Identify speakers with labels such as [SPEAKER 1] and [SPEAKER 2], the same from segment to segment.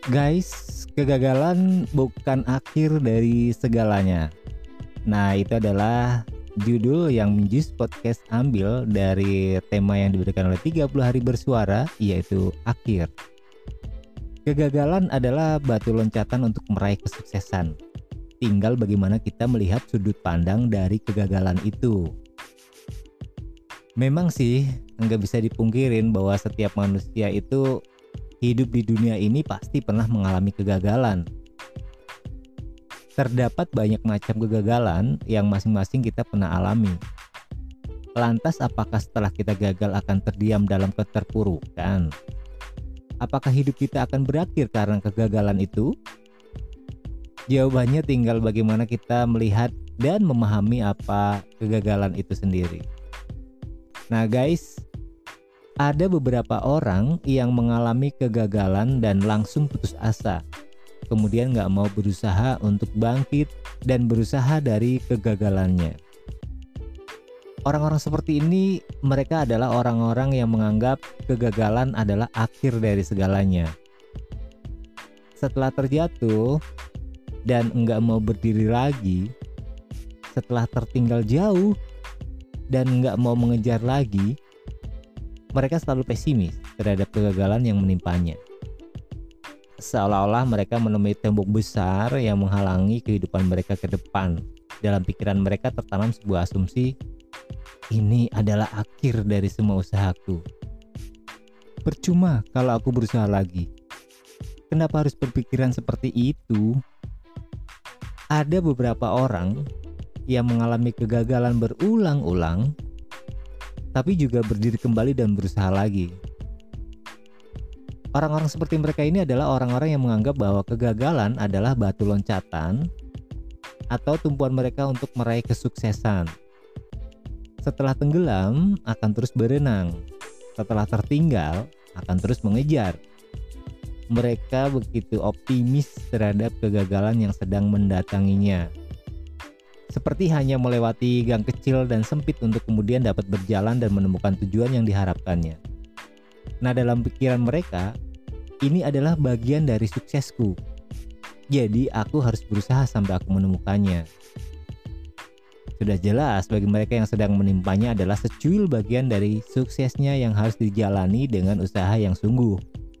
[SPEAKER 1] Guys, kegagalan bukan akhir dari segalanya. Nah, itu adalah judul yang Menjus Podcast ambil dari tema yang diberikan oleh 30 hari bersuara, yaitu akhir. Kegagalan adalah batu loncatan untuk meraih kesuksesan. Tinggal bagaimana kita melihat sudut pandang dari kegagalan itu. Memang sih, nggak bisa dipungkirin bahwa setiap manusia itu hidup di dunia ini pasti pernah mengalami kegagalan. Terdapat banyak macam kegagalan yang masing-masing kita pernah alami. Lantas apakah setelah kita gagal akan terdiam dalam keterpurukan? Apakah hidup kita akan berakhir karena kegagalan itu? Jawabannya tinggal bagaimana kita melihat dan memahami apa kegagalan itu sendiri. Nah guys, ada beberapa orang yang mengalami kegagalan dan langsung putus asa. Kemudian gak mau berusaha untuk bangkit dan berusaha dari kegagalannya. Orang-orang seperti ini, mereka adalah orang-orang yang menganggap kegagalan adalah akhir dari segalanya. Setelah terjatuh dan enggak mau berdiri lagi, setelah tertinggal jauh dan enggak mau mengejar lagi, mereka selalu pesimis terhadap kegagalan yang menimpanya. Seolah-olah mereka menemui tembok besar yang menghalangi kehidupan mereka ke depan. Dalam pikiran mereka tertanam sebuah asumsi, ini adalah akhir dari semua usahaku. Percuma kalau aku berusaha lagi. Kenapa harus berpikiran seperti itu? Ada beberapa orang yang mengalami kegagalan berulang-ulang, tapi juga berdiri kembali dan berusaha lagi. Orang-orang seperti mereka ini adalah orang-orang yang menganggap bahwa kegagalan adalah batu loncatan atau tumpuan mereka untuk meraih kesuksesan. Setelah tenggelam, akan terus berenang. Setelah tertinggal, akan terus mengejar. Mereka begitu optimis terhadap kegagalan yang sedang mendatanginya. Seperti hanya melewati gang kecil dan sempit untuk kemudian dapat berjalan dan menemukan tujuan yang diharapkannya. Nah, dalam pikiran mereka, ini adalah bagian dari suksesku. Jadi aku harus berusaha sampai aku menemukannya. Sudah jelas bagi mereka yang sedang menimpanya adalah secuil bagian dari suksesnya yang harus dijalani dengan usaha yang sungguh.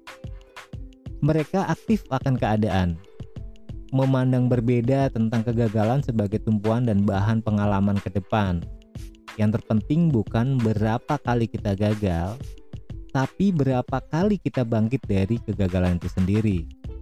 [SPEAKER 1] Mereka aktif akan keadaan, memandang berbeda tentang kegagalan sebagai tumpuan dan bahan pengalaman ke depan. Yang terpenting bukan berapa kali kita gagal, tapi berapa kali kita bangkit dari kegagalan itu sendiri.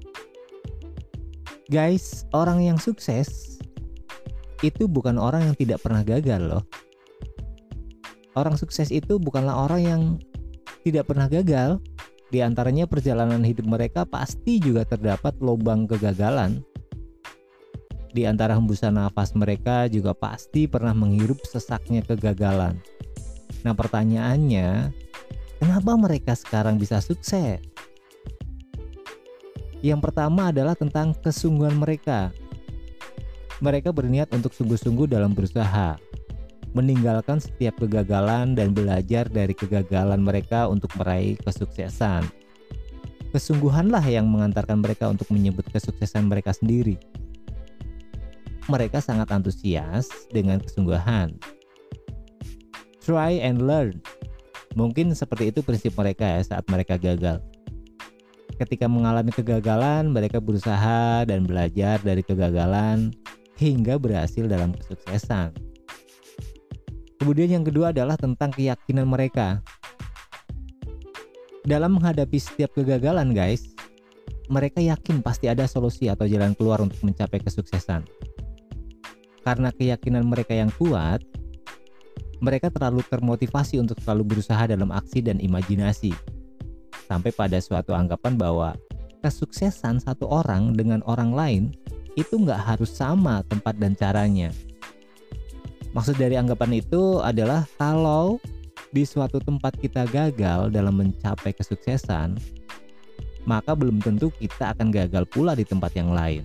[SPEAKER 1] Guys, orang yang sukses itu bukan orang yang tidak pernah gagal loh. Orang sukses itu bukanlah orang yang tidak pernah gagal. Di antaranya perjalanan hidup mereka pasti juga terdapat lubang kegagalan. Di antara hembusan nafas mereka juga pasti pernah menghirup sesaknya kegagalan. Nah, pertanyaannya, kenapa mereka sekarang bisa sukses? Yang pertama adalah tentang kesungguhan mereka. Mereka berniat untuk sungguh-sungguh dalam berusaha, meninggalkan setiap kegagalan dan belajar dari kegagalan mereka untuk meraih kesuksesan. Kesungguhanlah yang mengantarkan mereka untuk menyebut kesuksesan mereka sendiri. Mereka sangat antusias dengan kesungguhan. Try and learn. Mungkin seperti itu prinsip mereka ya saat mereka gagal. Ketika mengalami kegagalan, mereka berusaha dan belajar dari kegagalan hingga berhasil dalam kesuksesan. Kemudian yang kedua adalah tentang keyakinan mereka. Dalam menghadapi setiap kegagalan guys, mereka yakin pasti ada solusi atau jalan keluar untuk mencapai kesuksesan. Karena keyakinan mereka yang kuat, mereka terlalu termotivasi untuk selalu berusaha dalam aksi dan imajinasi. Sampai pada suatu anggapan bahwa kesuksesan satu orang dengan orang lain itu nggak harus sama tempat dan caranya. Maksud dari anggapan itu adalah kalau di suatu tempat kita gagal dalam mencapai kesuksesan, maka belum tentu kita akan gagal pula di tempat yang lain.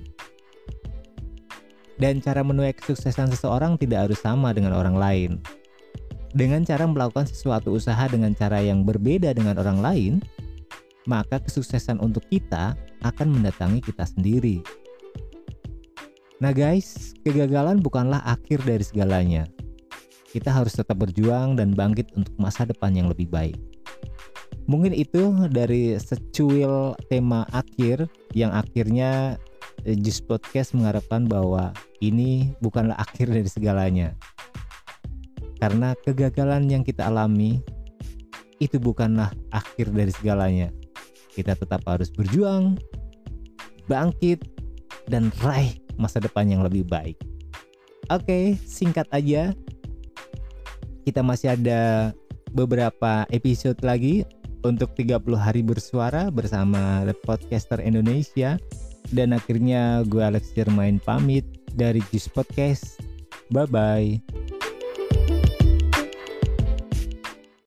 [SPEAKER 1] Dan cara menuai kesuksesan seseorang tidak harus sama dengan orang lain. Dengan cara melakukan sesuatu usaha dengan cara yang berbeda dengan orang lain, maka kesuksesan untuk kita akan mendatangi kita sendiri. Nah guys, kegagalan bukanlah akhir dari segalanya. Kita harus tetap berjuang dan bangkit untuk masa depan yang lebih baik. Mungkin itu dari secuil tema akhir yang akhirnya Just Podcast mengharapkan bahwa ini bukanlah akhir dari segalanya. Karena kegagalan yang kita alami itu bukanlah akhir dari segalanya. Kita tetap harus berjuang, bangkit, dan raih masa depan yang lebih baik. Oke, singkat aja. Kita masih ada beberapa episode lagi untuk 30 hari bersuara bersama The Podcaster Indonesia. Dan akhirnya gue Alex Jermain pamit dari Just Podcast. Bye-bye.